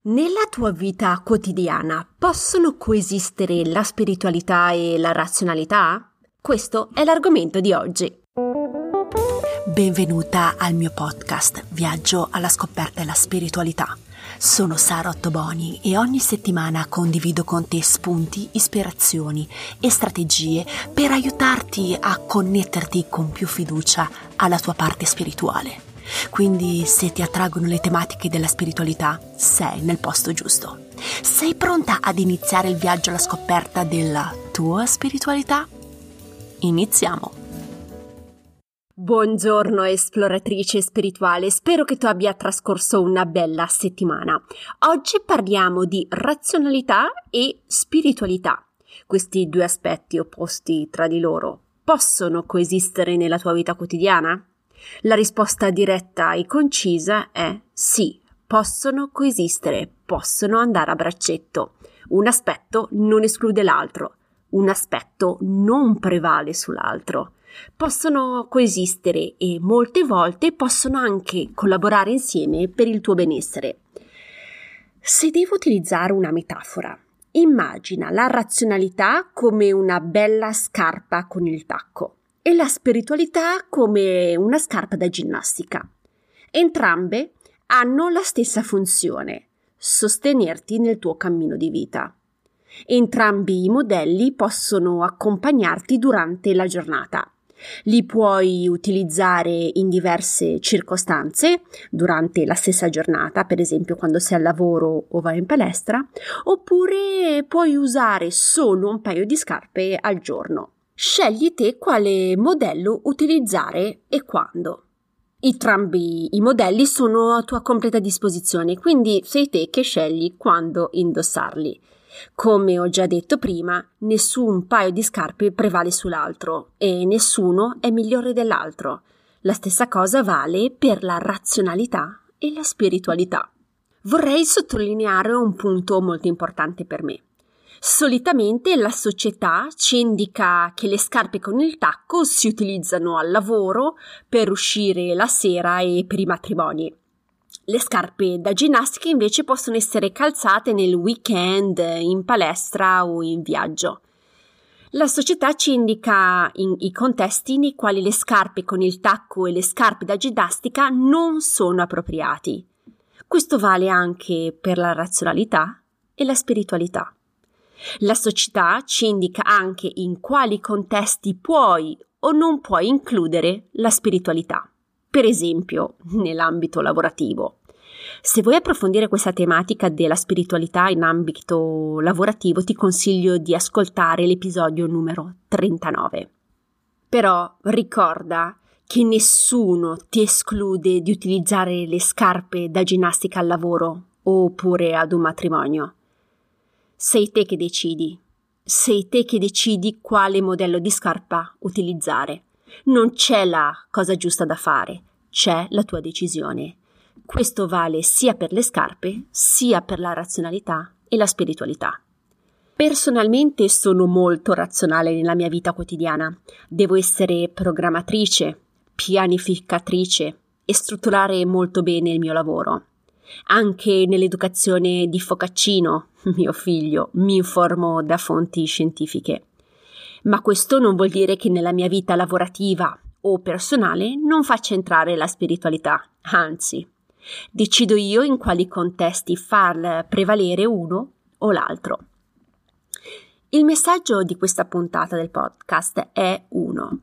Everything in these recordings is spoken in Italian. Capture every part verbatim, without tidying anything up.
Nella tua vita quotidiana possono coesistere la spiritualità e la razionalità? Questo è l'argomento di oggi. Benvenuta al mio podcast Viaggio alla scoperta della spiritualità. Sono Sara Ottoboni e ogni settimana condivido con te spunti, ispirazioni e strategie per aiutarti a connetterti con più fiducia alla tua parte spirituale. Quindi, se ti attraggono le tematiche della spiritualità, sei nel posto giusto. Sei pronta ad iniziare il viaggio alla scoperta della tua spiritualità? Iniziamo! Buongiorno esploratrice spirituale, spero che tu abbia trascorso una bella settimana. Oggi parliamo di razionalità e spiritualità. Questi due aspetti opposti tra di loro possono coesistere nella tua vita quotidiana? La risposta diretta e concisa è sì, possono coesistere, possono andare a braccetto. Un aspetto non esclude l'altro, un aspetto non prevale sull'altro. Possono coesistere e molte volte possono anche collaborare insieme per il tuo benessere. Se devo utilizzare una metafora, immagina la razionalità come una bella scarpa con il tacco e la spiritualità come una scarpa da ginnastica. Entrambe hanno la stessa funzione, sostenerti nel tuo cammino di vita. Entrambi i modelli possono accompagnarti durante la giornata. Li puoi utilizzare in diverse circostanze durante la stessa giornata, per esempio quando sei al lavoro o vai in palestra, oppure puoi usare solo un paio di scarpe al giorno. Scegli te quale modello utilizzare e quando. Entrambi i modelli sono a tua completa disposizione, quindi sei te che scegli quando indossarli. Come ho già detto prima, nessun paio di scarpe prevale sull'altro e nessuno è migliore dell'altro. La stessa cosa vale per la razionalità e la spiritualità. Vorrei sottolineare un punto molto importante per me. Solitamente la società ci indica che le scarpe con il tacco si utilizzano al lavoro, per uscire la sera e per i matrimoni. Le scarpe da ginnastica invece possono essere calzate nel weekend, in palestra o in viaggio. La società ci indica in, i contesti nei quali le scarpe con il tacco e le scarpe da ginnastica non sono appropriati. Questo vale anche per la razionalità e la spiritualità. La società ci indica anche in quali contesti puoi o non puoi includere la spiritualità. Per esempio, nell'ambito lavorativo. Se vuoi approfondire questa tematica della spiritualità in ambito lavorativo, ti consiglio di ascoltare l'episodio numero trentanove. Però ricorda che nessuno ti esclude di utilizzare le scarpe da ginnastica al lavoro oppure ad un matrimonio. Sei te che decidi. Sei te che decidi quale modello di scarpa utilizzare. Non c'è la cosa giusta da fare, c'è la tua decisione. Questo vale sia per le scarpe, sia per la razionalità e la spiritualità. Personalmente sono molto razionale nella mia vita quotidiana. Devo essere programmatrice, pianificatrice e strutturare molto bene il mio lavoro. Anche nell'educazione di Focaccino, mio figlio, mi informo da fonti scientifiche. Ma questo non vuol dire che nella mia vita lavorativa o personale non faccia entrare la spiritualità, anzi, decido io in quali contesti far prevalere uno o l'altro. Il messaggio di questa puntata del podcast è uno.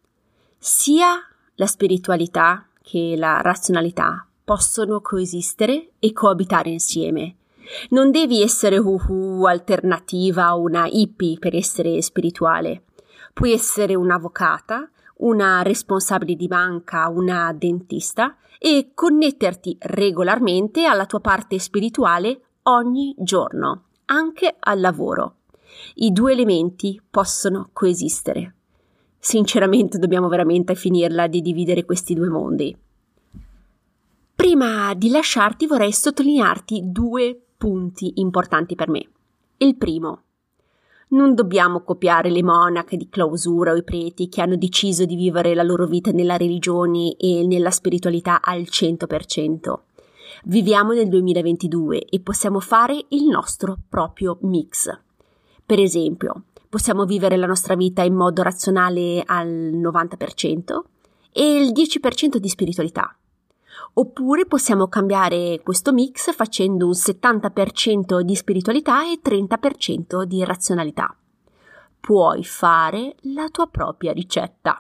Sia la spiritualità che la razionalità possono coesistere e coabitare insieme. Non devi essere uhu alternativa o una hippie per essere spirituale. Puoi essere un'avvocata, una responsabile di banca, una dentista e connetterti regolarmente alla tua parte spirituale ogni giorno, anche al lavoro. I due elementi possono coesistere. Sinceramente dobbiamo veramente finirla di dividere questi due mondi. Prima di lasciarti vorrei sottolinearti due punti importanti per me. Il primo, non dobbiamo copiare le monache di clausura o i preti che hanno deciso di vivere la loro vita nella religione e nella spiritualità al cento per cento. Viviamo nel duemilaventidue e possiamo fare il nostro proprio mix. Per esempio, possiamo vivere la nostra vita in modo razionale al novanta per cento e il dieci per cento di spiritualità. Oppure possiamo cambiare questo mix facendo un settanta per cento di spiritualità e trenta per cento di razionalità. Puoi fare la tua propria ricetta.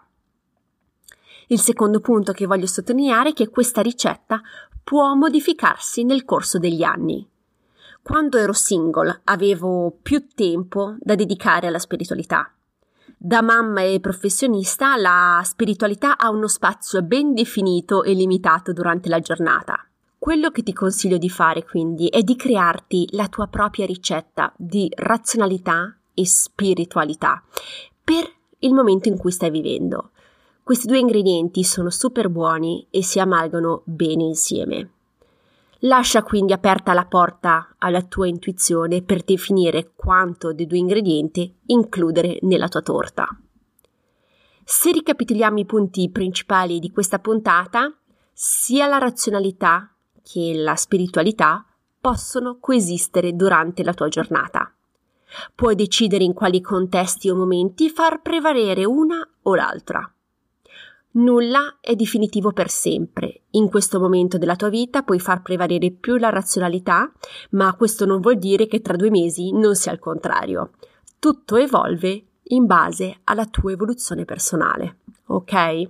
Il secondo punto che voglio sottolineare è che questa ricetta può modificarsi nel corso degli anni. Quando ero single avevo più tempo da dedicare alla spiritualità. Da mamma e professionista la spiritualità ha uno spazio ben definito e limitato durante la giornata. Quello che ti consiglio di fare quindi è di crearti la tua propria ricetta di razionalità e spiritualità per il momento in cui stai vivendo. Questi due ingredienti sono super buoni e si amalgano bene insieme. Lascia quindi aperta la porta alla tua intuizione per definire quanto dei due ingredienti includere nella tua torta. Se ricapitoliamo i punti principali di questa puntata, sia la razionalità che la spiritualità possono coesistere durante la tua giornata. Puoi decidere in quali contesti o momenti far prevalere una o l'altra. Nulla è definitivo per sempre. In questo momento della tua vita puoi far prevalere più la razionalità, ma questo non vuol dire che tra due mesi non sia il contrario. Tutto evolve in base alla tua evoluzione personale, ok?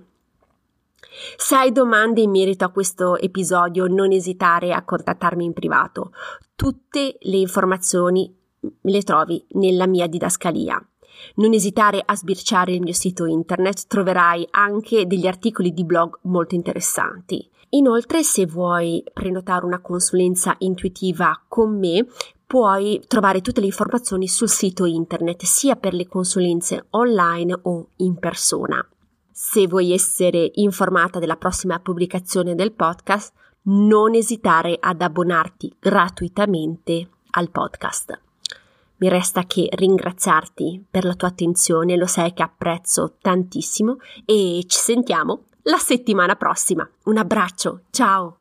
Se hai domande in merito a questo episodio, non esitare a contattarmi in privato. Tutte le informazioni le trovi nella mia didascalia. Non esitare a sbirciare il mio sito internet, troverai anche degli articoli di blog molto interessanti. Inoltre, se vuoi prenotare una consulenza intuitiva con me, puoi trovare tutte le informazioni sul sito internet, sia per le consulenze online o in persona. Se vuoi essere informata della prossima pubblicazione del podcast, non esitare ad abbonarti gratuitamente al podcast. Mi resta che ringraziarti per la tua attenzione, lo sai che apprezzo tantissimo e ci sentiamo la settimana prossima. Un abbraccio, ciao!